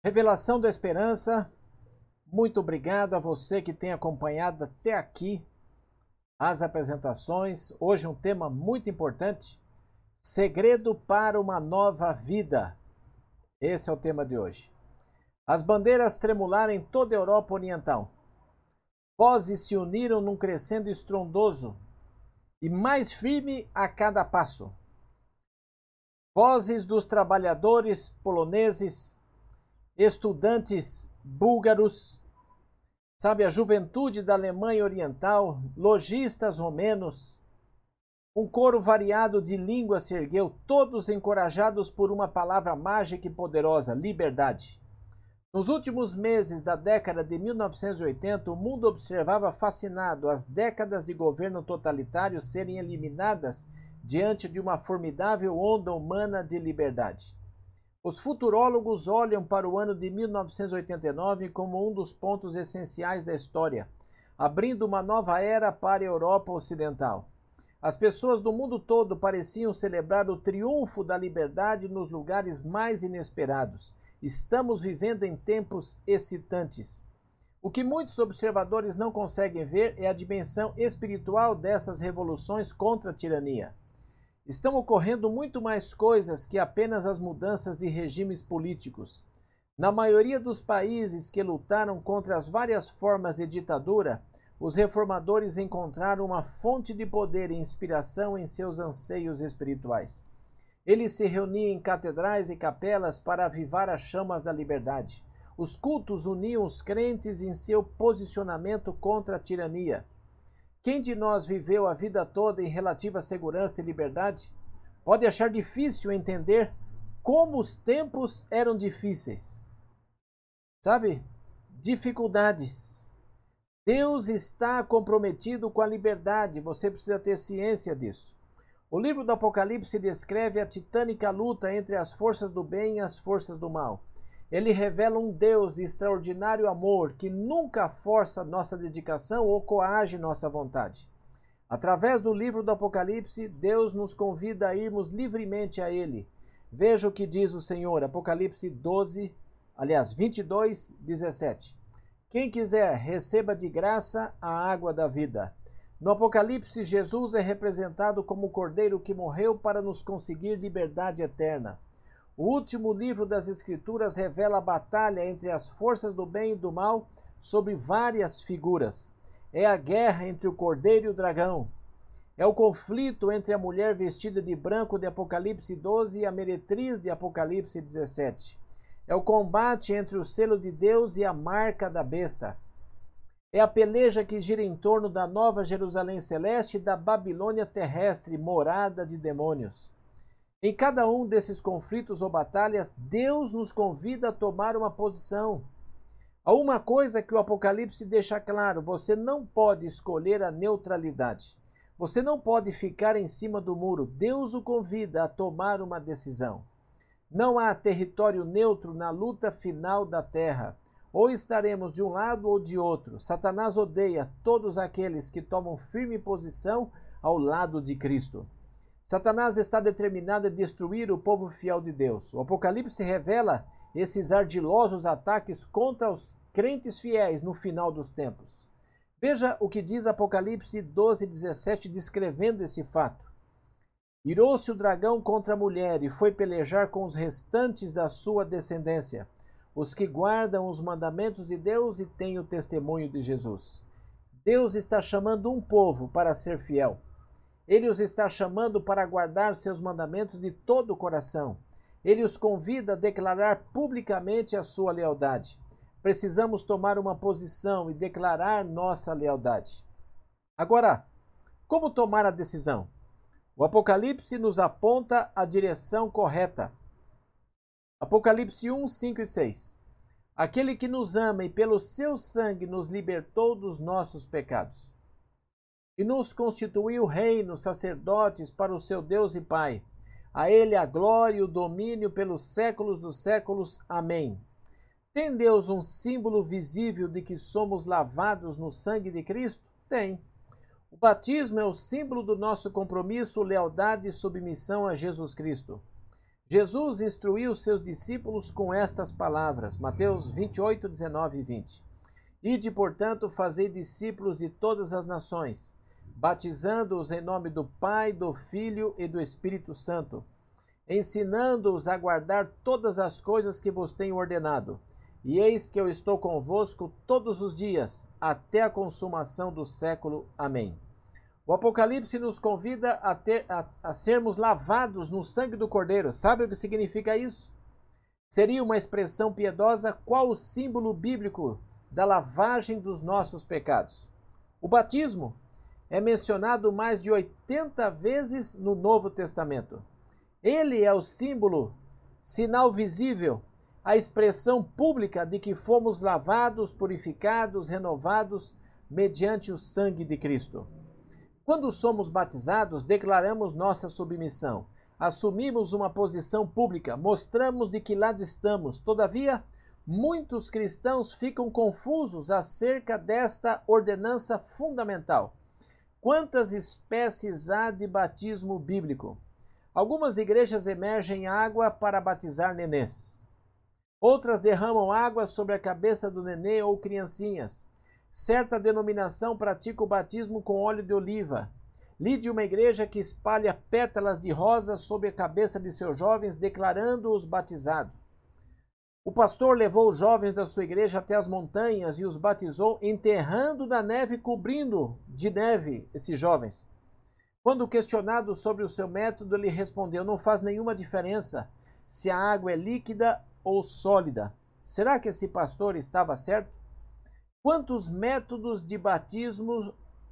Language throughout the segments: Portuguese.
Revelação da Esperança, muito obrigado a você que tem acompanhado até aqui as apresentações. Hoje um tema muito importante, segredo para uma nova vida. Esse é o tema de hoje. As bandeiras tremularam em toda a Europa Oriental. Vozes se uniram num crescendo estrondoso e mais firme a cada passo. Vozes dos trabalhadores poloneses, estudantes búlgaros, a juventude da Alemanha Oriental, lojistas romenos, um coro variado de línguas se ergueu, todos encorajados por uma palavra mágica e poderosa: liberdade. Nos últimos meses da década de 1980, o mundo observava fascinado as décadas de governo totalitário serem eliminadas diante de uma formidável onda humana de liberdade. Os futurólogos olham para o ano de 1989 como um dos pontos essenciais da história, abrindo uma nova era para a Europa Ocidental. As pessoas do mundo todo pareciam celebrar o triunfo da liberdade nos lugares mais inesperados. Estamos vivendo em tempos excitantes. O que muitos observadores não conseguem ver é a dimensão espiritual dessas revoluções contra a tirania. Estão ocorrendo muito mais coisas que apenas as mudanças de regimes políticos. Na maioria dos países que lutaram contra as várias formas de ditadura, os reformadores encontraram uma fonte de poder e inspiração em seus anseios espirituais. Eles se reuniam em catedrais e capelas para avivar as chamas da liberdade. Os cultos uniam os crentes em seu posicionamento contra a tirania. Quem de nós viveu a vida toda em relativa segurança e liberdade pode achar difícil entender como os tempos eram difíceis. Dificuldades. Deus está comprometido com a liberdade, você precisa ter ciência disso. O livro do Apocalipse descreve a titânica luta entre as forças do bem e as forças do mal. Ele revela um Deus de extraordinário amor que nunca força nossa dedicação ou coage nossa vontade. Através do livro do Apocalipse, Deus nos convida a irmos livremente a Ele. Veja o que diz o Senhor, Apocalipse 22, 17. Quem quiser, receba de graça a água da vida. No Apocalipse, Jesus é representado como o Cordeiro que morreu para nos conseguir liberdade eterna. O último livro das Escrituras revela a batalha entre as forças do bem e do mal sob várias figuras. É a guerra entre o Cordeiro e o dragão. É o conflito entre a mulher vestida de branco de Apocalipse 12 e a meretriz de Apocalipse 17. É o combate entre o selo de Deus e a marca da besta. É a peleja que gira em torno da Nova Jerusalém Celeste e da Babilônia Terrestre, morada de demônios. Em cada um desses conflitos ou batalhas, Deus nos convida a tomar uma posição. Há uma coisa que o Apocalipse deixa claro: você não pode escolher a neutralidade. Você não pode ficar em cima do muro. Deus o convida a tomar uma decisão. Não há território neutro na luta final da terra. Ou estaremos de um lado ou de outro. Satanás odeia todos aqueles que tomam firme posição ao lado de Cristo. Satanás está determinado a destruir o povo fiel de Deus. O Apocalipse revela esses ardilosos ataques contra os crentes fiéis no final dos tempos. Veja o que diz Apocalipse 12:17, descrevendo esse fato. Irou-se o dragão contra a mulher e foi pelejar com os restantes da sua descendência, os que guardam os mandamentos de Deus e têm o testemunho de Jesus. Deus está chamando um povo para ser fiel. Ele os está chamando para guardar seus mandamentos de todo o coração. Ele os convida a declarar publicamente a sua lealdade. Precisamos tomar uma posição e declarar nossa lealdade. Agora, como tomar a decisão? O Apocalipse nos aponta a direção correta. Apocalipse 1, 5 e 6. Aquele que nos ama e pelo seu sangue nos libertou dos nossos pecados e nos constituiu reino, sacerdotes para o seu Deus e Pai. A ele a glória e o domínio pelos séculos dos séculos. Amém. Tem Deus um símbolo visível de que somos lavados no sangue de Cristo? Tem. O batismo é o símbolo do nosso compromisso, lealdade e submissão a Jesus Cristo. Jesus instruiu seus discípulos com estas palavras, Mateus 28, 19 e 20. Ide, portanto, fazei discípulos de todas as nações, batizando-os em nome do Pai, do Filho e do Espírito Santo, ensinando-os a guardar todas as coisas que vos tenho ordenado. E eis que eu estou convosco todos os dias, até a consumação do século. Amém. O Apocalipse nos convida a sermos lavados no sangue do Cordeiro. Sabe o que significa isso? Seria uma expressão piedosa, qual o símbolo bíblico da lavagem dos nossos pecados. O batismo é mencionado mais de 80 vezes no Novo Testamento. Ele é o símbolo, sinal visível, a expressão pública de que fomos lavados, purificados, renovados mediante o sangue de Cristo. Quando somos batizados, declaramos nossa submissão, assumimos uma posição pública, mostramos de que lado estamos. Todavia, muitos cristãos ficam confusos acerca desta ordenança fundamental. Quantas espécies há de batismo bíblico? Algumas igrejas emergem água para batizar nenês. Outras derramam água sobre a cabeça do nenê ou criancinhas. Certa denominação pratica o batismo com óleo de oliva. Li de uma igreja que espalha pétalas de rosa sobre a cabeça de seus jovens, declarando-os batizados. O pastor levou os jovens da sua igreja até as montanhas e os batizou, enterrando na neve, cobrindo de neve esses jovens. Quando questionado sobre o seu método, ele respondeu: não faz nenhuma diferença se a água é líquida ou sólida. Será que esse pastor estava certo? Quantos métodos de batismo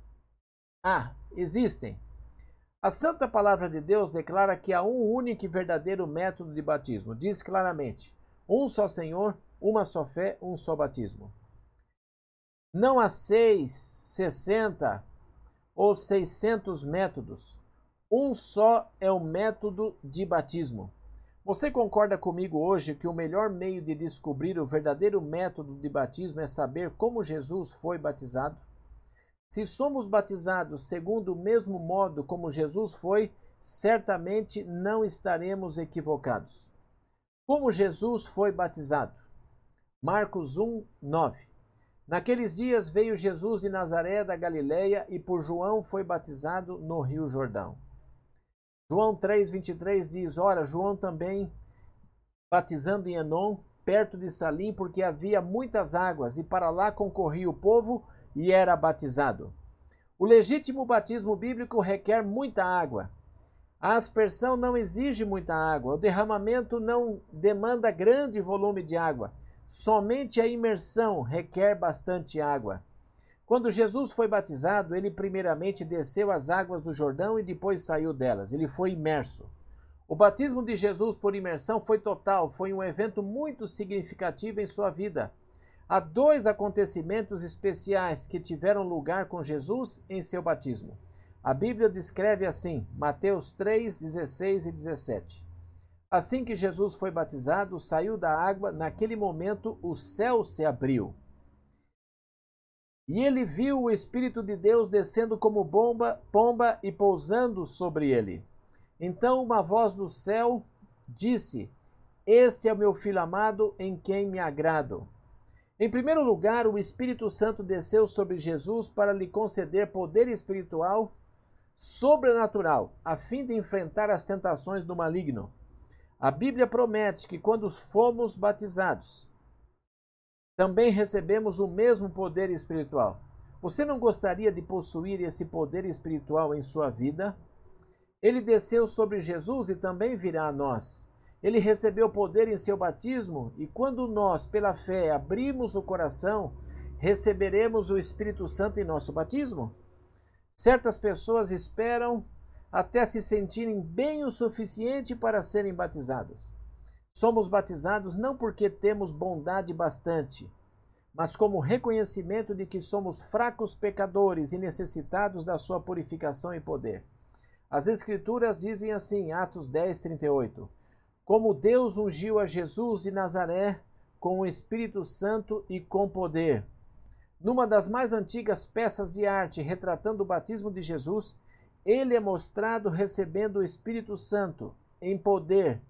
existem? A Santa Palavra de Deus declara que há um único e verdadeiro método de batismo. Diz claramente: um só Senhor, uma só fé, um só batismo. Não há 6, 60 ou 600 métodos. Um só é o método de batismo. Você concorda comigo hoje que o melhor meio de descobrir o verdadeiro método de batismo é saber como Jesus foi batizado? Se somos batizados segundo o mesmo modo como Jesus foi, certamente não estaremos equivocados. Como Jesus foi batizado? Marcos 1, 9. Naqueles dias veio Jesus de Nazaré da Galileia e por João foi batizado no Rio Jordão. João 3,23 diz: ora, João também batizando em Enom, perto de Salim, porque havia muitas águas, e para lá concorria o povo e era batizado. O legítimo batismo bíblico requer muita água. A aspersão não exige muita água, o derramamento não demanda grande volume de água. Somente a imersão requer bastante água. Quando Jesus foi batizado, ele primeiramente desceu as águas do Jordão e depois saiu delas. Ele foi imerso. O batismo de Jesus por imersão foi total, foi um evento muito significativo em sua vida. Há 2 acontecimentos especiais que tiveram lugar com Jesus em seu batismo. A Bíblia descreve assim, Mateus 3, 16 e 17. Assim que Jesus foi batizado, saiu da água, naquele momento o céu se abriu. E ele viu o Espírito de Deus descendo como pomba e pousando sobre ele. Então uma voz do céu disse: este é o meu Filho amado, em quem me agrado. Em primeiro lugar, o Espírito Santo desceu sobre Jesus para lhe conceder poder espiritual sobrenatural, a fim de enfrentar as tentações do maligno. A Bíblia promete que quando fomos batizados, também recebemos o mesmo poder espiritual. Você não gostaria de possuir esse poder espiritual em sua vida? Ele desceu sobre Jesus e também virá a nós. Ele recebeu poder em seu batismo e quando nós, pela fé, abrimos o coração, receberemos o Espírito Santo em nosso batismo. Certas pessoas esperam até se sentirem bem o suficiente para serem batizadas. Somos batizados não porque temos bondade bastante, mas como reconhecimento de que somos fracos pecadores e necessitados da sua purificação e poder. As Escrituras dizem assim, Atos 10, 38, como Deus ungiu a Jesus de Nazaré com o Espírito Santo e com poder. Numa das mais antigas peças de arte retratando o batismo de Jesus, ele é mostrado recebendo o Espírito Santo em poder,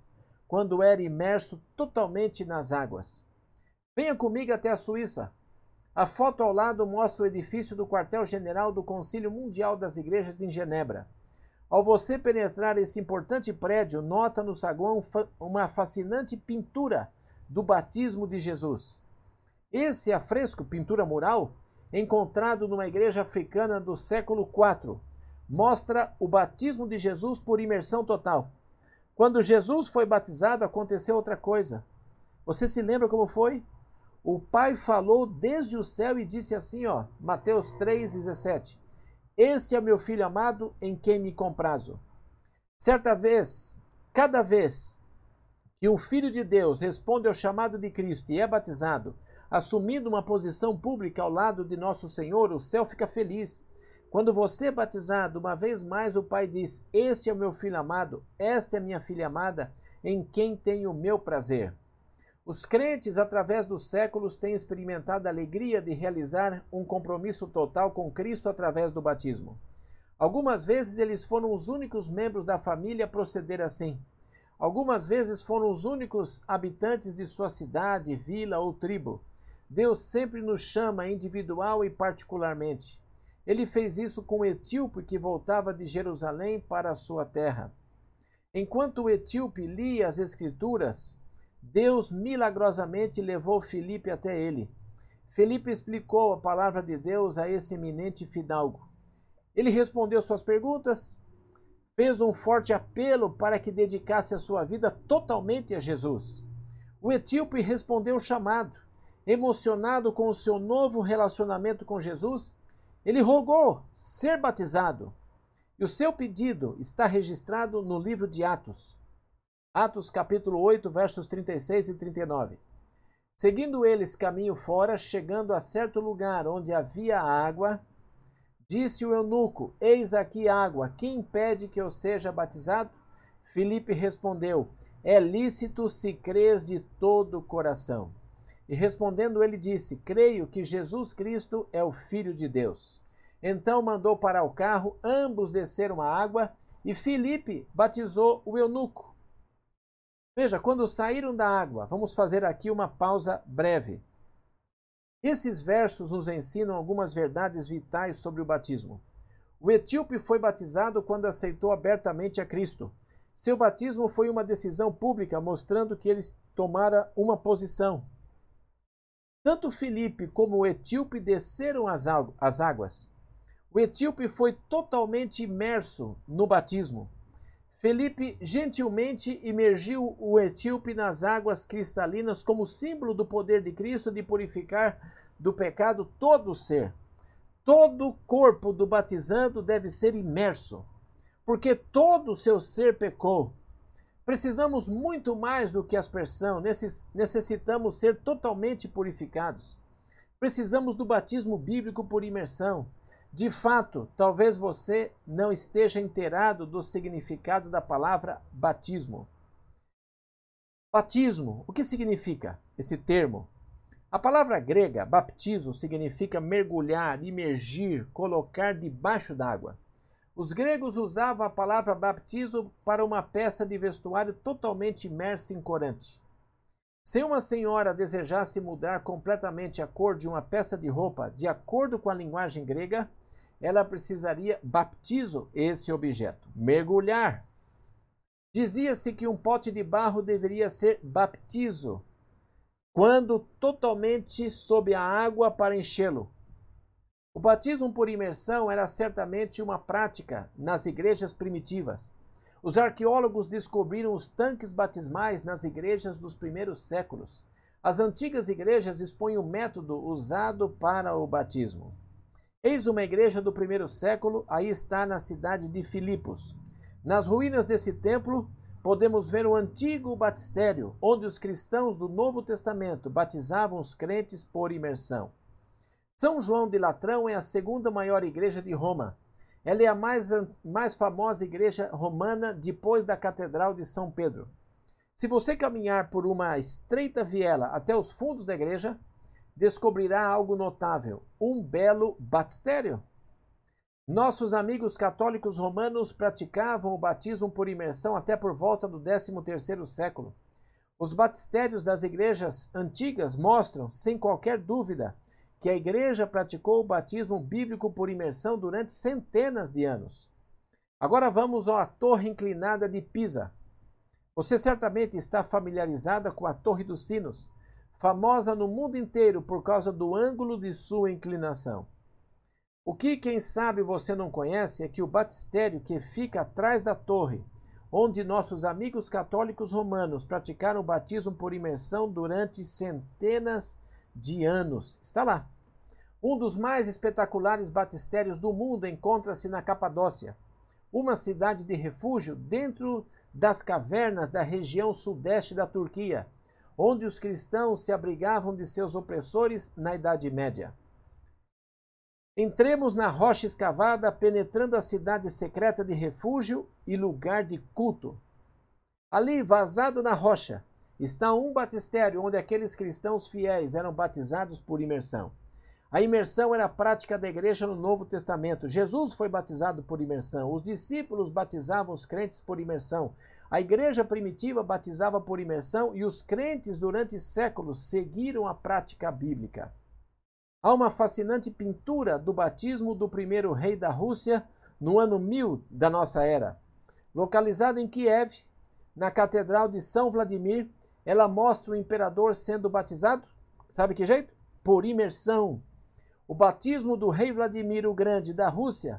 quando era imerso totalmente nas águas. Venha comigo até a Suíça. A foto ao lado mostra o edifício do quartel-general do Concílio Mundial das Igrejas em Genebra. Ao você penetrar esse importante prédio, nota no saguão uma fascinante pintura do batismo de Jesus. Esse afresco, pintura mural, encontrado numa igreja africana do século IV, mostra o batismo de Jesus por imersão total. Quando Jesus foi batizado, aconteceu outra coisa. Você se lembra como foi? O Pai falou desde o céu e disse assim, Mateus 3,17. Este é meu filho amado, em quem me comprazo. Certa vez, cada vez que um filho de Deus responde ao chamado de Cristo e é batizado, assumindo uma posição pública ao lado de nosso Senhor, o céu fica feliz. Quando você é batizado, uma vez mais o Pai diz, este é o meu filho amado, esta é minha filha amada, em quem tenho o meu prazer. Os crentes, através dos séculos, têm experimentado a alegria de realizar um compromisso total com Cristo através do batismo. Algumas vezes eles foram os únicos membros da família a proceder assim. Algumas vezes foram os únicos habitantes de sua cidade, vila ou tribo. Deus sempre nos chama individual e particularmente. Ele fez isso com o etíope que voltava de Jerusalém para a sua terra. Enquanto o etíope lia as Escrituras, Deus milagrosamente levou Filipe até ele. Filipe explicou a palavra de Deus a esse eminente fidalgo. Ele respondeu suas perguntas, fez um forte apelo para que dedicasse a sua vida totalmente a Jesus. O etíope respondeu o chamado. Emocionado com o seu novo relacionamento com Jesus, ele rogou ser batizado. E o seu pedido está registrado no livro de Atos. Atos capítulo 8, versos 36 e 39. Seguindo eles caminho fora, chegando a certo lugar onde havia água, disse o eunuco, eis aqui água, quem impede que eu seja batizado? Filipe respondeu, é lícito se crês de todo o coração. E respondendo ele disse, creio que Jesus Cristo é o Filho de Deus. Então mandou parar o carro, ambos desceram a água e Filipe batizou o eunuco. Veja, quando saíram da água, vamos fazer aqui uma pausa breve. Esses versos nos ensinam algumas verdades vitais sobre o batismo. O etíope foi batizado quando aceitou abertamente a Cristo. Seu batismo foi uma decisão pública, mostrando que ele tomara uma posição. Tanto Filipe como o etíope desceram as águas. O etíope foi totalmente imerso no batismo. Filipe gentilmente imergiu o etíope nas águas cristalinas como símbolo do poder de Cristo de purificar do pecado todo o ser. Todo o corpo do batizando deve ser imerso, porque todo o seu ser pecou. Precisamos muito mais do que aspersão, necessitamos ser totalmente purificados. Precisamos do batismo bíblico por imersão. De fato, talvez você não esteja inteirado do significado da palavra batismo. Batismo, o que significa esse termo? A palavra grega, baptizo, significa mergulhar, imergir, colocar debaixo d'água. Os gregos usavam a palavra baptizo para uma peça de vestuário totalmente imersa em corante. Se uma senhora desejasse mudar completamente a cor de uma peça de roupa de acordo com a linguagem grega, ela precisaria baptizo esse objeto, mergulhar. Dizia-se que um pote de barro deveria ser baptizo, quando totalmente sob a água para enchê-lo. O batismo por imersão era certamente uma prática nas igrejas primitivas. Os arqueólogos descobriram os tanques batismais nas igrejas dos primeiros séculos. As antigas igrejas expõem o método usado para o batismo. Eis uma igreja do primeiro século, aí está na cidade de Filipos. Nas ruínas desse templo, podemos ver o antigo batistério, onde os cristãos do Novo Testamento batizavam os crentes por imersão. São João de Latrão é a segunda maior igreja de Roma. Ela é a mais famosa igreja romana depois da Catedral de São Pedro. Se você caminhar por uma estreita viela até os fundos da igreja, descobrirá algo notável, um belo batistério. Nossos amigos católicos romanos praticavam o batismo por imersão até por volta do 13º século. Os batistérios das igrejas antigas mostram, sem qualquer dúvida, que a igreja praticou o batismo bíblico por imersão durante centenas de anos. Agora vamos à Torre Inclinada de Pisa. Você certamente está familiarizada com a Torre dos Sinos, famosa no mundo inteiro por causa do ângulo de sua inclinação. O que, quem sabe, você não conhece é que o batistério que fica atrás da torre, onde nossos amigos católicos romanos praticaram o batismo por imersão durante centenas de anos, está lá. Um dos mais espetaculares batistérios do mundo encontra-se na Capadócia, uma cidade de refúgio dentro das cavernas da região sudeste da Turquia, onde os cristãos se abrigavam de seus opressores na Idade Média. Entremos na rocha escavada, penetrando a cidade secreta de refúgio e lugar de culto. Ali, vazado na rocha, está um batistério onde aqueles cristãos fiéis eram batizados por imersão. A imersão era a prática da igreja no Novo Testamento. Jesus foi batizado por imersão. Os discípulos batizavam os crentes por imersão. A igreja primitiva batizava por imersão e os crentes durante séculos seguiram a prática bíblica. Há uma fascinante pintura do batismo do primeiro rei da Rússia no ano 1000 da nossa era. Localizada em Kiev, na Catedral de São Vladimir, ela mostra o imperador sendo batizado, sabe que jeito? Por imersão. O batismo do rei Vladimir o Grande da Rússia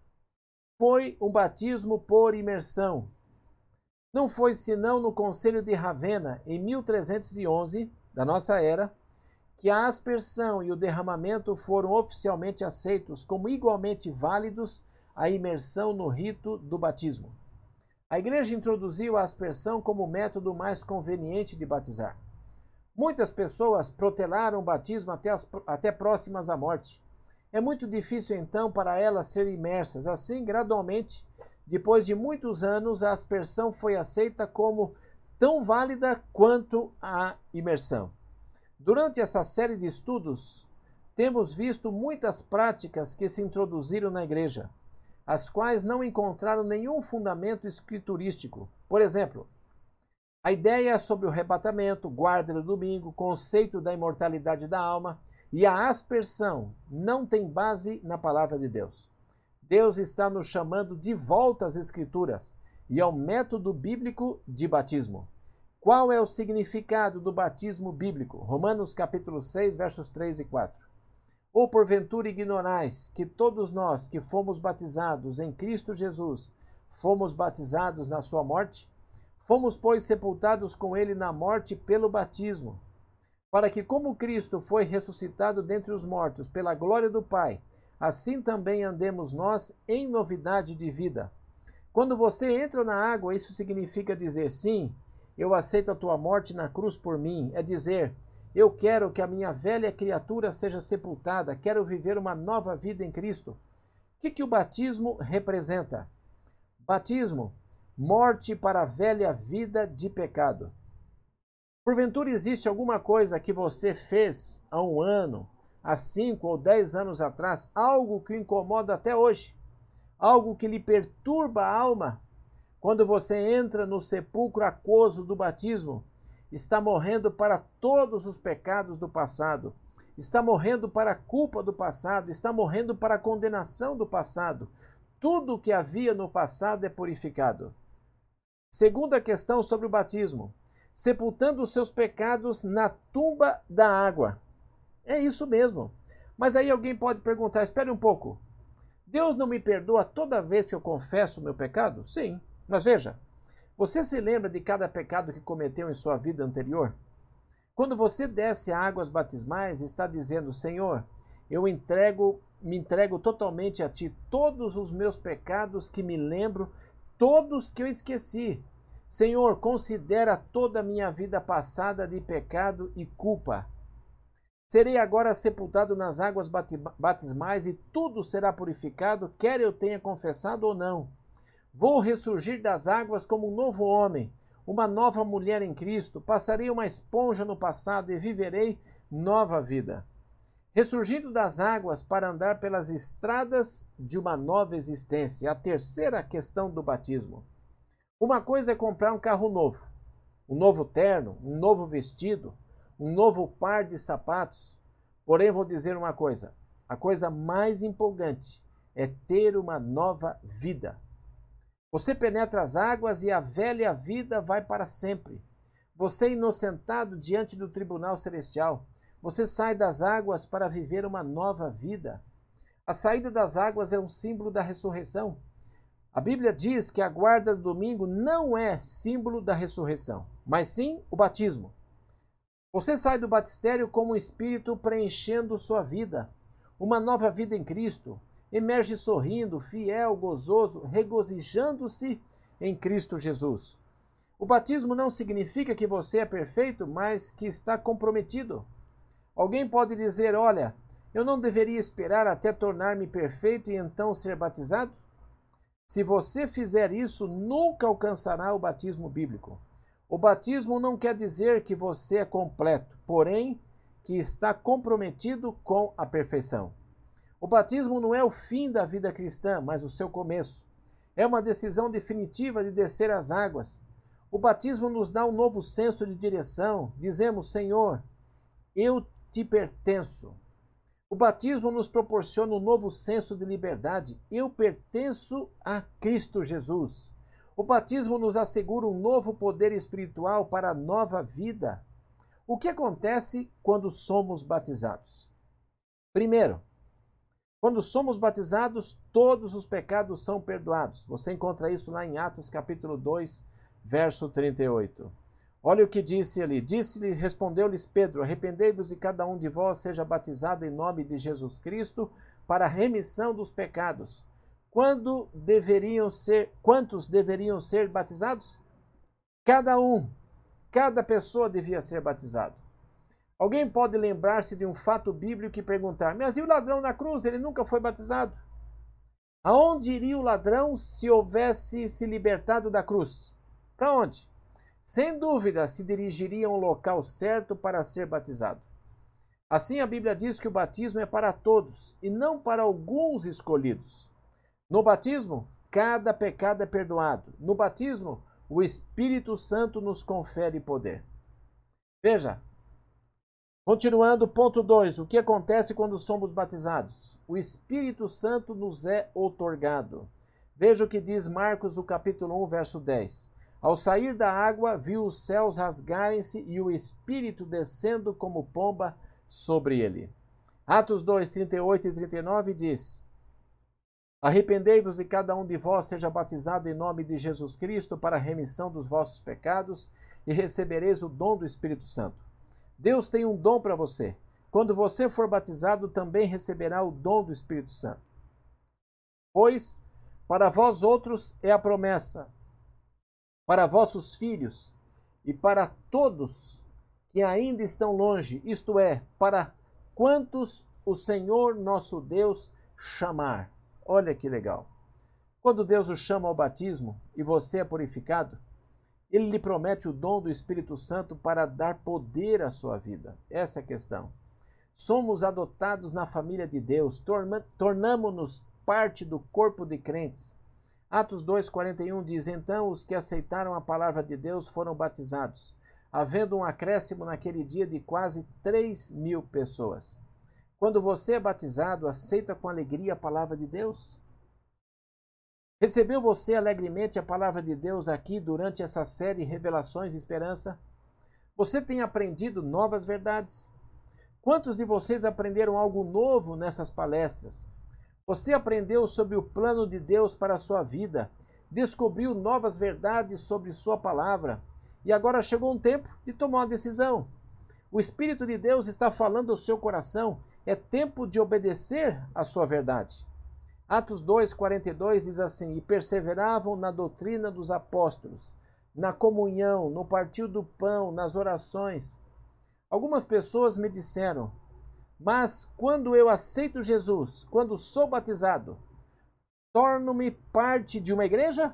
foi um batismo por imersão. Não foi senão no Conselho de Ravenna, em 1311 da nossa era, que a aspersão e o derramamento foram oficialmente aceitos como igualmente válidos à imersão no rito do batismo. A igreja introduziu a aspersão como método mais conveniente de batizar. Muitas pessoas protelaram o batismo até próximas à morte. É muito difícil então para elas serem imersas. Assim, gradualmente, depois de muitos anos, a aspersão foi aceita como tão válida quanto a imersão. Durante essa série de estudos, temos visto muitas práticas que se introduziram na igreja, as quais não encontraram nenhum fundamento escriturístico. Por exemplo, a ideia sobre o arrebatamento, guarda do domingo, conceito da imortalidade da alma e a aspersão não tem base na palavra de Deus. Deus está nos chamando de volta às Escrituras e ao método bíblico de batismo. Qual é o significado do batismo bíblico? Romanos capítulo 6, versos 3 e 4. Ou porventura ignorais que todos nós que fomos batizados em Cristo Jesus, fomos batizados na sua morte? Fomos, pois, sepultados com ele na morte pelo batismo, para que, como Cristo foi ressuscitado dentre os mortos pela glória do Pai, assim também andemos nós em novidade de vida. Quando você entra na água, isso significa dizer, sim, eu aceito a tua morte na cruz por mim. É dizer, eu quero que a minha velha criatura seja sepultada, quero viver uma nova vida em Cristo. O que o batismo representa? Batismo, morte para a velha vida de pecado. Porventura existe alguma coisa que você fez há 1 ano, há 5 ou 10 anos atrás, algo que o incomoda até hoje, algo que lhe perturba a alma? Quando você entra no sepulcro aquoso do batismo, está morrendo para todos os pecados do passado, está morrendo para a culpa do passado, está morrendo para a condenação do passado. Tudo o que havia no passado é purificado. Segunda questão sobre o batismo, sepultando os seus pecados na tumba da água. É isso mesmo. Mas aí alguém pode perguntar, espere um pouco, Deus não me perdoa toda vez que eu confesso o meu pecado? Sim. Mas veja, você se lembra de cada pecado que cometeu em sua vida anterior? Quando você desce a águas batismais, está dizendo, Senhor, eu me entrego totalmente a Ti, todos os meus pecados que me lembro, todos que eu esqueci. Senhor, considera toda a minha vida passada de pecado e culpa. Serei agora sepultado nas águas batismais e tudo será purificado, quer eu tenha confessado ou não. Vou ressurgir das águas como um novo homem, uma nova mulher em Cristo, passarei uma esponja no passado e viverei nova vida. ressurgindo das águas para andar pelas estradas de uma nova existência. A terceira questão do batismo. Uma coisa é comprar um carro novo, um novo terno, um novo vestido, um novo par de sapatos. Porém, vou dizer uma coisa: a coisa mais empolgante é ter uma nova vida. Você penetra as águas e a velha vida vai para sempre. Você é inocentado diante do tribunal celestial. Você sai das águas para viver uma nova vida. A saída das águas é um símbolo da ressurreição. A Bíblia diz que a guarda do domingo não é símbolo da ressurreição, mas sim o batismo. Você sai do batistério como um espírito preenchendo sua vida, uma nova vida em Cristo. Emerge sorrindo, fiel, gozoso, regozijando-se em Cristo Jesus. O batismo não significa que você é perfeito, mas que está comprometido. Alguém pode dizer: olha, eu não deveria esperar até tornar-me perfeito e então ser batizado? Se você fizer isso, nunca alcançará o batismo bíblico. O batismo não quer dizer que você é completo, porém que está comprometido com a perfeição. O batismo não é o fim da vida cristã, mas o seu começo. É uma decisão definitiva de descer as águas. O batismo nos dá um novo senso de direção. Dizemos: Senhor, eu te pertenço. O batismo nos proporciona um novo senso de liberdade. Eu pertenço a Cristo Jesus. O batismo nos assegura um novo poder espiritual para a nova vida. O que acontece quando somos batizados? Primeiro, quando somos batizados, todos os pecados são perdoados. Você encontra isso lá em Atos capítulo 2, verso 38. Olha o que disse ali. Respondeu-lhes Pedro: arrependei-vos e cada um de vós seja batizado em nome de Jesus Cristo para a remissão dos pecados. Quantos deveriam ser batizados? Cada pessoa devia ser batizado. Alguém pode lembrar-se de um fato bíblico e perguntar: mas e o ladrão na cruz? Ele nunca foi batizado. Aonde iria o ladrão se houvesse se libertado da cruz? Para onde? Sem dúvida, se dirigiria a um local certo para ser batizado. Assim, a Bíblia diz que o batismo é para todos e não para alguns escolhidos. No batismo, cada pecado é perdoado. No batismo, o Espírito Santo nos confere poder. Veja, continuando, ponto 2. O que acontece quando somos batizados? O Espírito Santo nos é outorgado. Veja o que diz Marcos, o capítulo 1, verso 10. Ao sair da água, viu os céus rasgarem-se e o Espírito descendo como pomba sobre ele. Atos 2, 38 e 39 diz: arrependei-vos e cada um de vós seja batizado em nome de Jesus Cristo para a remissão dos vossos pecados e recebereis o dom do Espírito Santo. Deus tem um dom para você. Quando você for batizado, também receberá o dom do Espírito Santo. Pois, para vós outros é a promessa, para vossos filhos e para todos que ainda estão longe, isto é, para quantos o Senhor nosso Deus chamar. Olha que legal. Quando Deus o chama ao batismo e você é purificado, Ele lhe promete o dom do Espírito Santo para dar poder à sua vida. Essa é a questão. Somos adotados na família de Deus, tornamo-nos parte do corpo de crentes. Atos 2,41 diz: então os que aceitaram a palavra de Deus foram batizados, havendo um acréscimo naquele dia de quase 3.000 pessoas. Quando você é batizado, aceita com alegria a palavra de Deus? Recebeu você alegremente a palavra de Deus aqui durante essa série Revelações e Esperança? Você tem aprendido novas verdades? Quantos de vocês aprenderam algo novo nessas palestras? Você aprendeu sobre o plano de Deus para a sua vida, descobriu novas verdades sobre sua palavra e agora chegou um tempo de tomar uma decisão. O Espírito de Deus está falando ao seu coração, é tempo de obedecer à sua verdade. Atos 2,42 diz assim: e perseveravam na doutrina dos apóstolos, na comunhão, no partir do pão, nas orações. Algumas pessoas me disseram: mas quando eu aceito Jesus, quando sou batizado, torno-me parte de uma igreja?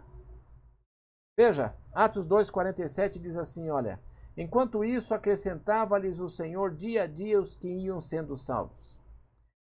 Veja, Atos 2,47 diz assim, enquanto isso acrescentava-lhes o Senhor dia a dia os que iam sendo salvos.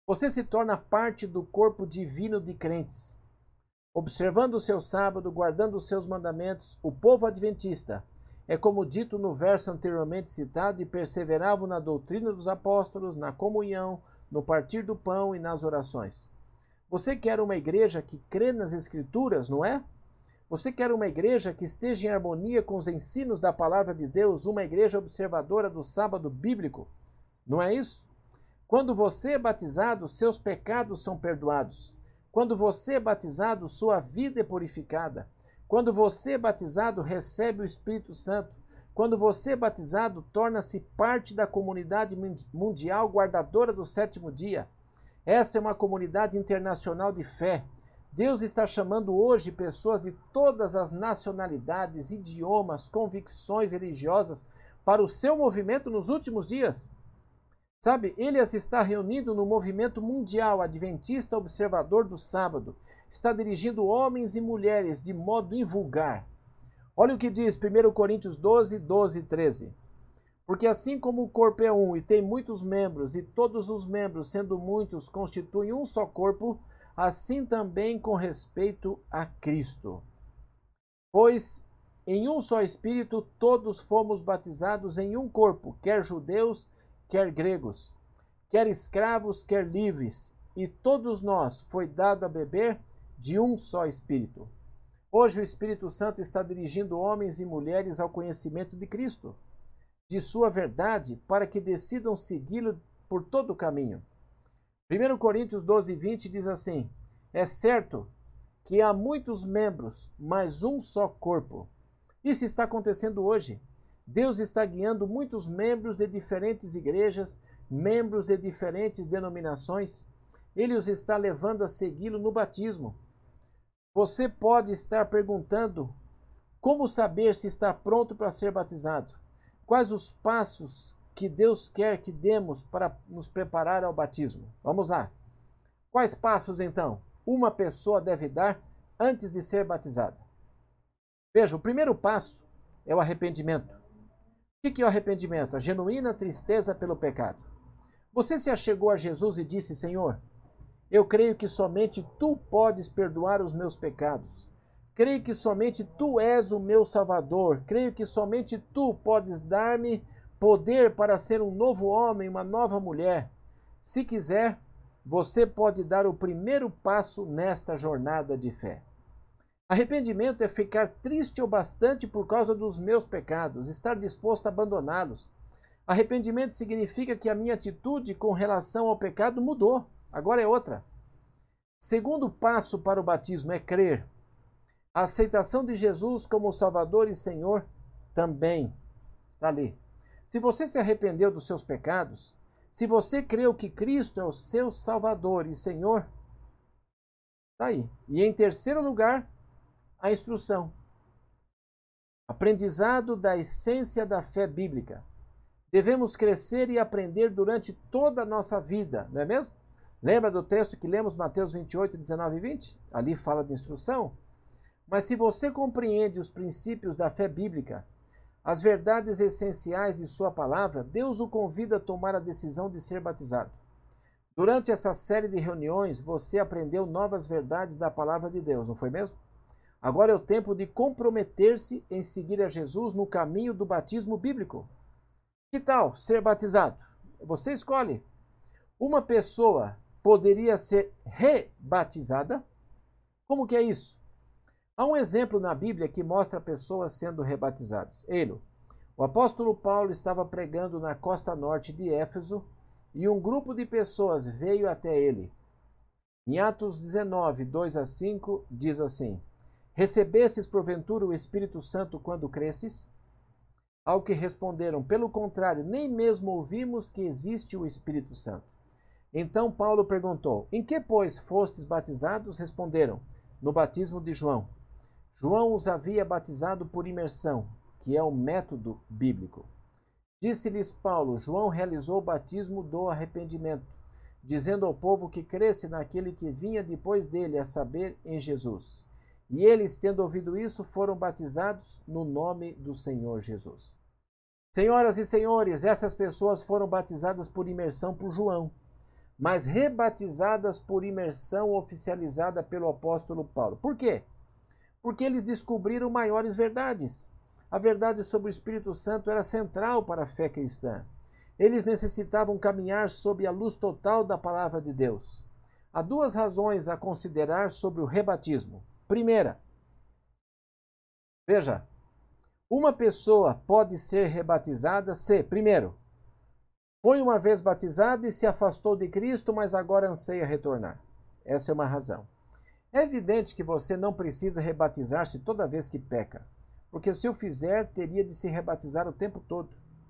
Você se torna parte do corpo divino de crentes. Observando o seu sábado, guardando os seus mandamentos, o povo adventista é como dito no verso anteriormente citado, e perseveravam na doutrina dos apóstolos, na comunhão, no partir do pão e nas orações. Você quer uma igreja que crê nas Escrituras, não é? Você quer uma igreja que esteja em harmonia com os ensinos da palavra de Deus, uma igreja observadora do sábado bíblico, não é isso? Quando você é batizado, seus pecados são perdoados. Quando você é batizado, sua vida é purificada. Quando você é batizado, recebe o Espírito Santo. Quando você é batizado, torna-se parte da comunidade mundial guardadora do sétimo dia. Esta é uma comunidade internacional de fé. Deus está chamando hoje pessoas de todas as nacionalidades, idiomas, convicções religiosas para o seu movimento nos últimos dias. Sabe, ele as está reunindo no movimento mundial adventista observador do sábado. Está dirigindo homens e mulheres de modo invulgar. Olha o que diz 1 Coríntios 12, 12 e 13. Porque assim como o corpo é um e tem muitos membros, e todos os membros, sendo muitos, constituem um só corpo, assim também com respeito a Cristo. Pois em um só Espírito todos fomos batizados em um corpo, quer judeus, quer gregos, quer escravos, quer livres, e todos nós foi dado a beber de um só Espírito. Hoje o Espírito Santo está dirigindo homens e mulheres ao conhecimento de Cristo, de sua verdade, para que decidam segui-lo por todo o caminho. 1 Coríntios 12, 20 diz assim: é certo que há muitos membros, mas um só corpo. Isso está acontecendo hoje. Deus está guiando muitos membros de diferentes igrejas, membros de diferentes denominações. Ele os está levando a segui-lo no batismo. Você pode estar perguntando como saber se está pronto para ser batizado. Quais os passos que Deus quer que demos para nos preparar ao batismo? Vamos lá. Quais passos, então, uma pessoa deve dar antes de ser batizada? Veja, o primeiro passo é o arrependimento. O que é o arrependimento? A genuína tristeza pelo pecado. Você se achegou a Jesus e disse: Senhor, eu creio que somente Tu podes perdoar os meus pecados. Creio que somente Tu és o meu Salvador. Creio que somente Tu podes dar-me poder para ser um novo homem, uma nova mulher. Se quiser, você pode dar o primeiro passo nesta jornada de fé. Arrependimento é ficar triste o bastante por causa dos meus pecados, estar disposto a abandoná-los. Arrependimento significa que a minha atitude com relação ao pecado mudou, agora é outra. Segundo passo para o batismo é crer. A aceitação de Jesus como Salvador e Senhor também está ali. Se você se arrependeu dos seus pecados, se você creu que Cristo é o seu Salvador e Senhor, está aí. E em terceiro lugar, a instrução. Aprendizado da essência da fé bíblica. Devemos crescer e aprender durante toda a nossa vida, não é mesmo? Lembra do texto que lemos, Mateus 28, 19 e 20? Ali fala de instrução. Mas se você compreende os princípios da fé bíblica, as verdades essenciais de sua palavra, Deus o convida a tomar a decisão de ser batizado. Durante essa série de reuniões, você aprendeu novas verdades da palavra de Deus, não foi mesmo? Agora é o tempo de comprometer-se em seguir a Jesus no caminho do batismo bíblico. Que tal ser batizado? Você escolhe. Uma pessoa poderia ser rebatizada? Como que é isso? Há um exemplo na Bíblia que mostra pessoas sendo rebatizadas. O apóstolo Paulo estava pregando na costa norte de Éfeso e um grupo de pessoas veio até ele. Em Atos 19, 2 a 5, diz assim: recebestes porventura o Espírito Santo quando cresces? Ao que responderam: pelo contrário, nem mesmo ouvimos que existe o Espírito Santo. Então Paulo perguntou: em que, pois, fostes batizados? Responderam: no batismo de João. João os havia batizado por imersão, que é o método bíblico. Disse-lhes Paulo: João realizou o batismo do arrependimento, dizendo ao povo que cresce naquele que vinha depois dele, a saber, em Jesus. E eles, tendo ouvido isso, foram batizados no nome do Senhor Jesus. Senhoras e senhores, essas pessoas foram batizadas por imersão por João. mas rebatizadas por imersão oficializada pelo apóstolo Paulo. Por quê? Porque eles descobriram maiores verdades. A verdade sobre o Espírito Santo era central para a fé cristã. Eles necessitavam caminhar sob a luz total da palavra de Deus. Há duas razões a considerar sobre o rebatismo. Primeira, veja, uma pessoa pode ser rebatizada se, primeiro, foi uma vez batizada e se afastou de Cristo, mas agora anseia retornar. Essa é uma razão. É evidente que você não precisa rebatizar-se toda vez que peca, porque se o fizer, teria de se rebatizar o tempo todo.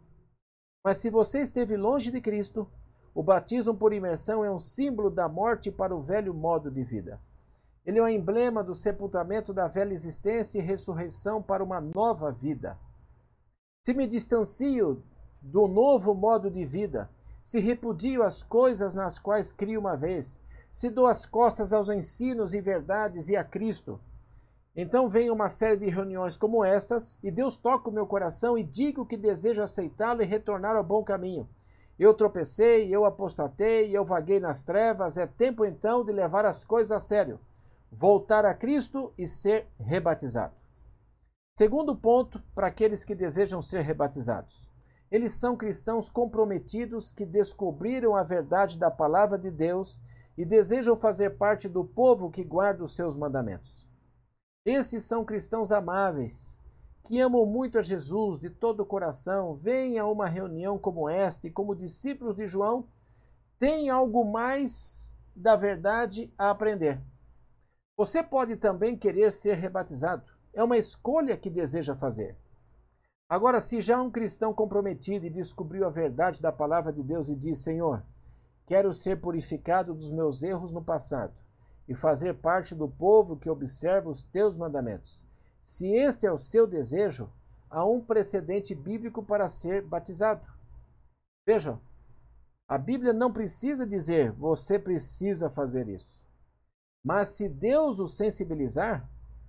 Mas se você esteve longe de Cristo, o batismo por imersão é um símbolo da morte para o velho modo de vida. Ele é um emblema do sepultamento da velha existência e ressurreição para uma nova vida. Se me distancio do novo modo de vida, se repudio as coisas nas quais crio uma vez, se dou as costas aos ensinos e verdades e a Cristo, então vem uma série de reuniões como estas e Deus toca o meu coração e digo que desejo aceitá-lo e retornar ao bom caminho. Eu tropecei, eu apostatei, eu vaguei nas trevas, é tempo então de levar as coisas a sério, voltar a Cristo e ser rebatizado. Segundo ponto, para aqueles que desejam ser rebatizados. Eles são cristãos comprometidos que descobriram a verdade da palavra de Deus e desejam fazer parte do povo que guarda os seus mandamentos. Esses são cristãos amáveis, que amam muito a Jesus de todo o coração, vêm a uma reunião como esta e, como discípulos de João, têm algo mais da verdade a aprender. Você pode também querer ser rebatizado. É uma escolha que deseja fazer. Agora, se já um cristão comprometido e descobriu a verdade da palavra de Deus e diz, Senhor, quero ser purificado dos meus erros no passado e fazer parte do povo que observa os teus mandamentos. Se este é o seu desejo, há um precedente bíblico para ser batizado. Vejam, a Bíblia não precisa dizer, você precisa fazer isso. Mas se Deus o sensibilizar,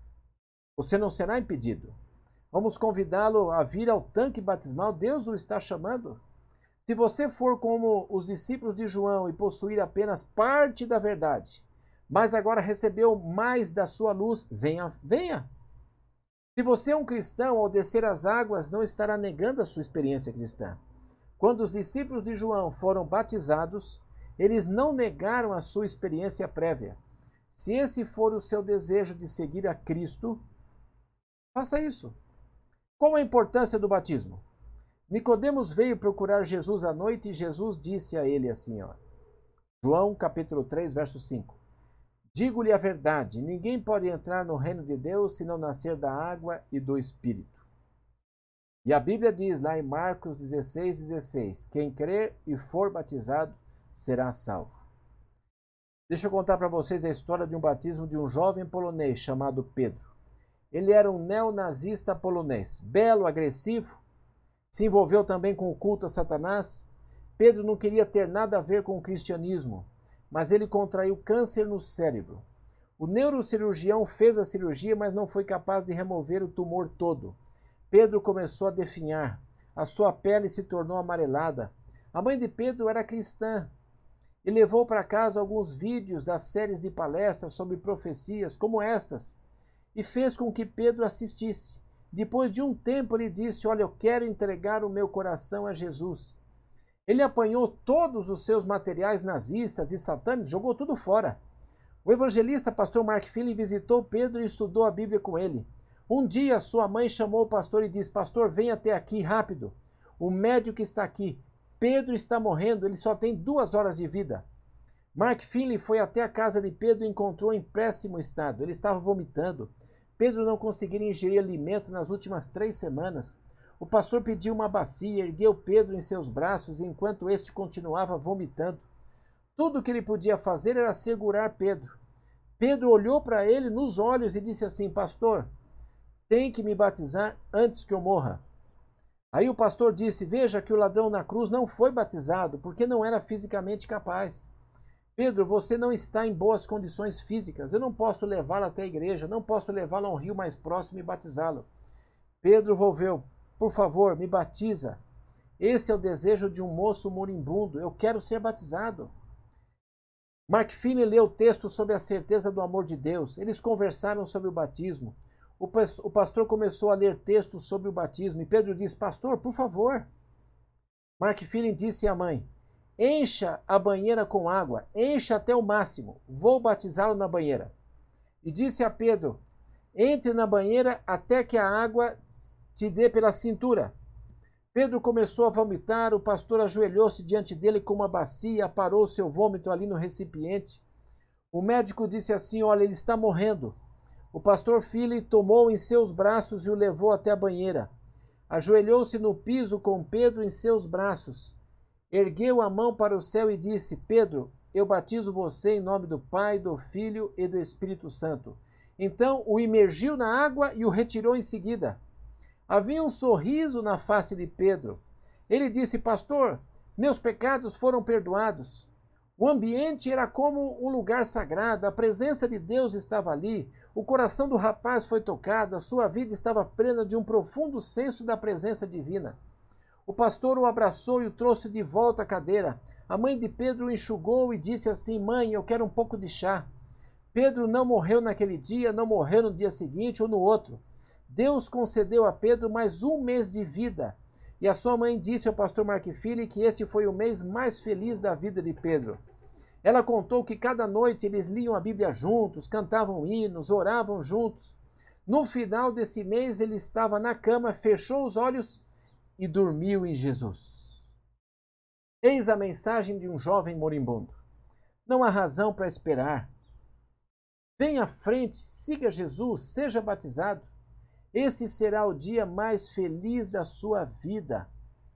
você não será impedido. Vamos convidá-lo a vir ao tanque batismal, Deus o está chamando. Se você for como os discípulos de João e possuir apenas parte da verdade, mas agora recebeu mais da sua luz, venha, venha. Se você é um cristão, ao descer as águas, não estará negando a sua experiência cristã. Quando os discípulos de João foram batizados, eles não negaram a sua experiência prévia. Se esse for o seu desejo de seguir a Cristo, faça isso. Qual a importância do batismo? Nicodemos veio procurar Jesus à noite e Jesus disse a ele assim, João capítulo 3, verso 5. Digo-lhe a verdade, ninguém pode entrar no reino de Deus se não nascer da água e do Espírito. E a Bíblia diz lá em Marcos 16, quem crer e for batizado será salvo. Deixa eu contar para vocês a história de um batismo de um jovem polonês chamado Pedro. Ele era um neonazista polonês, belo, agressivo, se envolveu também com o culto a Satanás. Pedro não queria ter nada a ver com o cristianismo, mas ele contraiu câncer no cérebro. O neurocirurgião fez a cirurgia, mas não foi capaz de remover o tumor todo. Pedro começou a definhar, a sua pele se tornou amarelada. A mãe de Pedro era cristã e levou para casa alguns vídeos das séries de palestras sobre profecias como estas e fez com que Pedro assistisse. Depois de um tempo ele disse, olha, eu quero entregar o meu coração a Jesus. Ele apanhou todos os seus materiais nazistas e satânicos, jogou tudo fora. O evangelista pastor Mark Finley visitou Pedro e estudou a Bíblia com ele. Um dia sua mãe chamou o pastor e disse, pastor, venha até aqui rápido. O médico está aqui. Pedro está morrendo, ele só tem 2 horas de vida. Mark Finley foi até a casa de Pedro e encontrou em péssimo estado. Ele estava vomitando. Pedro não conseguira ingerir alimento nas últimas 3 semanas. O pastor pediu uma bacia, ergueu Pedro em seus braços enquanto este continuava vomitando. Tudo o que ele podia fazer era segurar Pedro. Pedro olhou para ele nos olhos e disse assim, pastor, tem que me batizar antes que eu morra. Aí o pastor disse, veja que o ladrão na cruz não foi batizado porque não era fisicamente capaz. Pedro, você não está em boas condições físicas. Eu não posso levá-lo até a igreja, não posso levá-lo a um rio mais próximo e batizá-lo. Pedro volveu, por favor, me batiza. Esse é o desejo de um moço moribundo. Eu quero ser batizado. Mark Finney leu o texto sobre a certeza do amor de Deus. Eles conversaram sobre o batismo. O pastor começou a ler textos sobre o batismo e Pedro disse: pastor, por favor. Mark Finney disse à mãe: encha a banheira com água, encha até o máximo, vou batizá-lo na banheira. E disse a Pedro: entre na banheira até que a água te dê pela cintura. Pedro começou a vomitar, o pastor ajoelhou-se diante dele com uma bacia, parou seu vômito ali no recipiente. O médico disse assim: olha, ele está morrendo. O pastor Philly tomou em seus braços e o levou até a banheira. Ajoelhou-se no piso com Pedro em seus braços. Ergueu a mão para o céu e disse: Pedro, eu batizo você em nome do Pai, do Filho e do Espírito Santo. Então o imergiu na água e o retirou em seguida. Havia um sorriso na face de Pedro. Ele disse: pastor, meus pecados foram perdoados. O ambiente era como um lugar sagrado, a presença de Deus estava ali, o coração do rapaz foi tocado, a sua vida estava plena de um profundo senso da presença divina. O pastor o abraçou e o trouxe de volta à cadeira. A mãe de Pedro o enxugou e disse assim: mãe, eu quero um pouco de chá. Pedro não morreu naquele dia, não morreu no dia seguinte ou no outro. Deus concedeu a Pedro mais um mês de vida. E a sua mãe disse ao pastor Mark Finney que esse foi o mês mais feliz da vida de Pedro. Ela contou que cada noite eles liam a Bíblia juntos, cantavam hinos, oravam juntos. No final desse mês ele estava na cama, fechou os olhos e dormiu em Jesus. Eis a mensagem de um jovem moribundo. Não há razão para esperar. Venha à frente, siga Jesus, seja batizado. Este será o dia mais feliz da sua vida.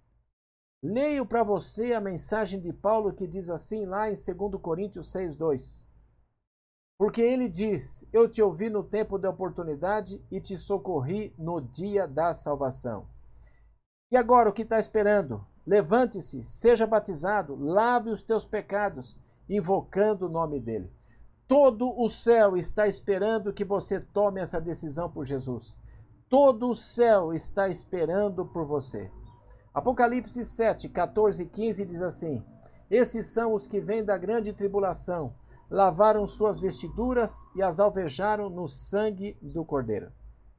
Leio para você a mensagem de Paulo que diz assim lá em 2 Coríntios 6:2. Porque ele diz: eu te ouvi no tempo da oportunidade e te socorri no dia da salvação. E agora o que está esperando? Levante-se, seja batizado, lave os teus pecados, invocando o nome dele. Todo o céu está esperando que você tome essa decisão por Jesus. Todo o céu está esperando por você. Apocalipse 7, 14 e 15 diz assim: esses são os que vêm da grande tribulação, lavaram suas vestiduras e as alvejaram no sangue do Cordeiro.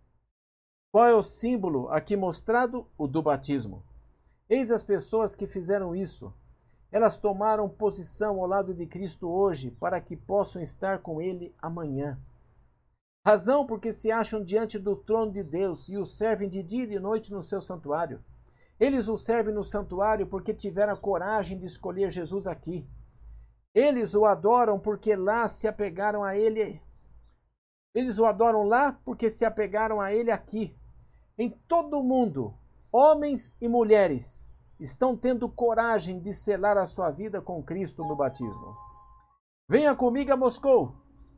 Qual é o símbolo aqui mostrado? O do batismo. Eis as pessoas que fizeram isso. Elas tomaram posição ao lado de Cristo hoje para que possam estar com Ele amanhã. Razão porque se acham diante do trono de Deus e o servem de dia e de noite no seu santuário. Eles o servem no santuário porque tiveram a coragem de escolher Jesus aqui. Eles o adoram porque lá se apegaram a Ele. Eles o adoram lá porque se apegaram a Ele aqui. Em todo o mundo, homens e mulheres estão tendo coragem de selar a sua vida com Cristo no batismo. Venha comigo a Moscou.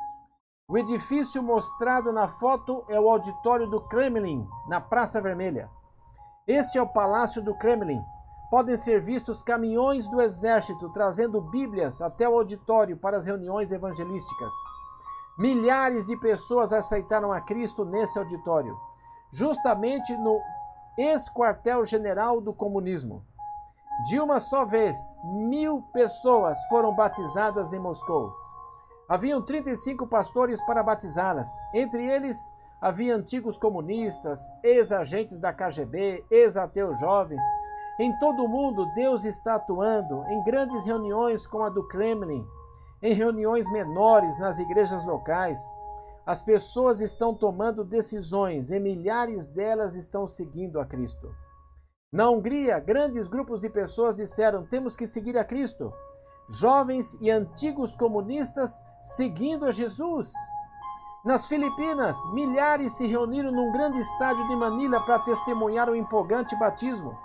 O edifício mostrado na foto é o auditório do Kremlin, na Praça Vermelha. Este é o Palácio do Kremlin. Podem ser vistos caminhões do exército trazendo Bíblias até o auditório para as reuniões evangelísticas. Milhares de pessoas aceitaram a Cristo nesse auditório, justamente no ex-quartel-general do comunismo. De uma só vez, 1000 pessoas foram batizadas em Moscou. Haviam 35 pastores para batizá-las. Entre eles, havia antigos comunistas, ex-agentes da KGB, ex-ateus jovens. Em todo o mundo, Deus está atuando em grandes reuniões como a do Kremlin, em reuniões menores nas igrejas locais. As pessoas estão tomando decisões e milhares delas estão seguindo a Cristo. Na Hungria, grandes grupos de pessoas disseram: temos que seguir a Cristo. Jovens e antigos comunistas seguindo a Jesus. Nas Filipinas, milhares se reuniram num grande estádio de Manila para testemunhar o empolgante batismo.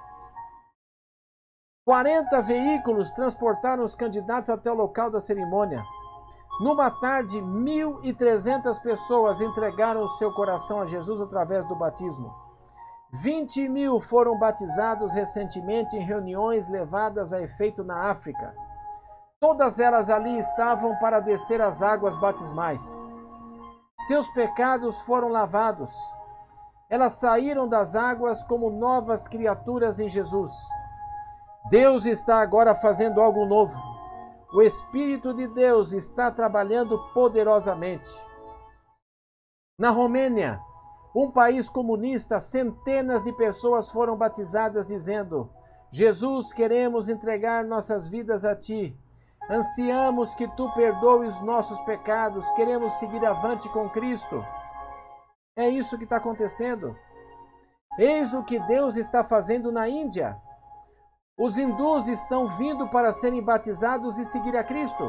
40 veículos transportaram os candidatos até o local da cerimônia. Numa tarde, 1.300 pessoas entregaram o seu coração a Jesus através do batismo. 20.000 foram batizados recentemente em reuniões levadas a efeito na África. Todas elas ali estavam para descer as águas batismais. Seus pecados foram lavados. Elas saíram das águas como novas criaturas em Jesus. Deus está agora fazendo algo novo. O Espírito de Deus está trabalhando poderosamente. Na Romênia, um país comunista, centenas de pessoas foram batizadas dizendo: Jesus, queremos entregar nossas vidas a Ti. Ansiamos que Tu perdoes nossos pecados, queremos seguir avante com Cristo. É isso que está acontecendo. Eis o que Deus está fazendo na Índia. Os hindus estão vindo para serem batizados e seguir a Cristo.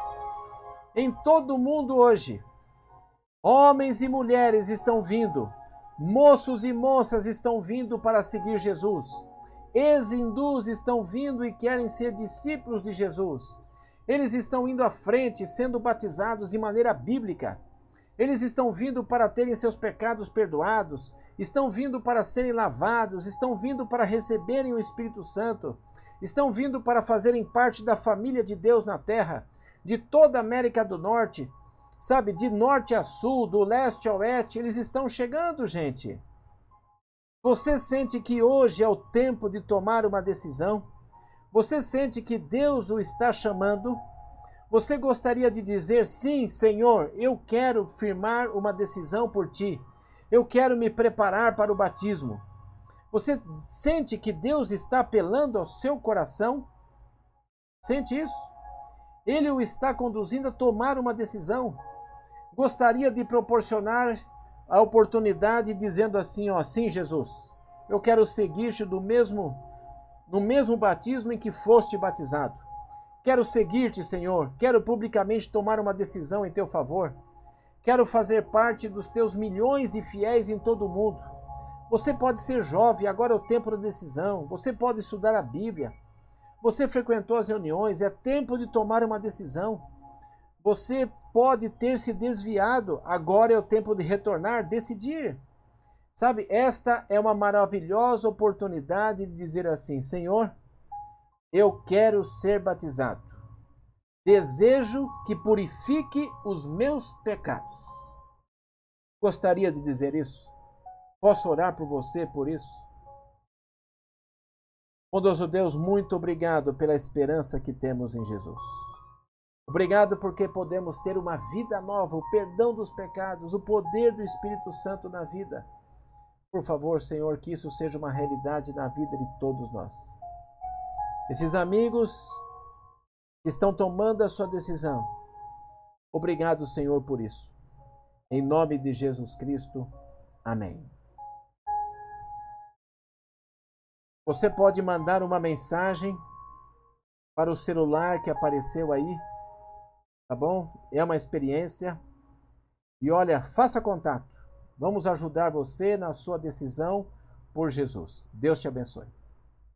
Em todo o mundo hoje, homens e mulheres estão vindo, moços e moças estão vindo para seguir Jesus. Ex-hindus estão vindo e querem ser discípulos de Jesus. Eles estão indo à frente, sendo batizados de maneira bíblica. Eles estão vindo para terem seus pecados perdoados, estão vindo para serem lavados, estão vindo para receberem o Espírito Santo, estão vindo para fazerem parte da família de Deus na terra, de toda a América do Norte, sabe, de norte a sul, do leste ao oeste, eles estão chegando, gente. Você sente que hoje é o tempo de tomar uma decisão? Você sente que Deus o está chamando? Você gostaria de dizer: sim, Senhor, eu quero firmar uma decisão por Ti. Eu quero me preparar para o batismo. Você sente que Deus está apelando ao seu coração? Sente isso? Ele o está conduzindo a tomar uma decisão. Gostaria de proporcionar a oportunidade dizendo assim, ó: sim, Jesus, eu quero seguir-te no mesmo batismo em que foste batizado. Quero seguir-te, Senhor. Quero publicamente tomar uma decisão em teu favor. Quero fazer parte dos teus milhões de fiéis em todo o mundo. Você pode ser jovem, agora é o tempo da decisão. Você pode estudar a Bíblia. Você frequentou as reuniões, é tempo de tomar uma decisão. Você pode ter se desviado, agora é o tempo de retornar, decidir. Sabe, esta é uma maravilhosa oportunidade de dizer assim: Senhor, eu quero ser batizado. Desejo que purifique os meus pecados. Gostaria de dizer isso? Posso orar por você por isso? Bondoso Deus, muito obrigado pela esperança que temos em Jesus. Obrigado porque podemos ter uma vida nova, o perdão dos pecados, o poder do Espírito Santo na vida. Por favor, Senhor, que isso seja uma realidade na vida de todos nós. Esses amigos que estão tomando a sua decisão, obrigado, Senhor, por isso. Em nome de Jesus Cristo, amém. Você pode mandar uma mensagem para o celular que apareceu aí, tá bom? É uma experiência. E olha, faça contato. Vamos ajudar você na sua decisão por Jesus. Deus te abençoe.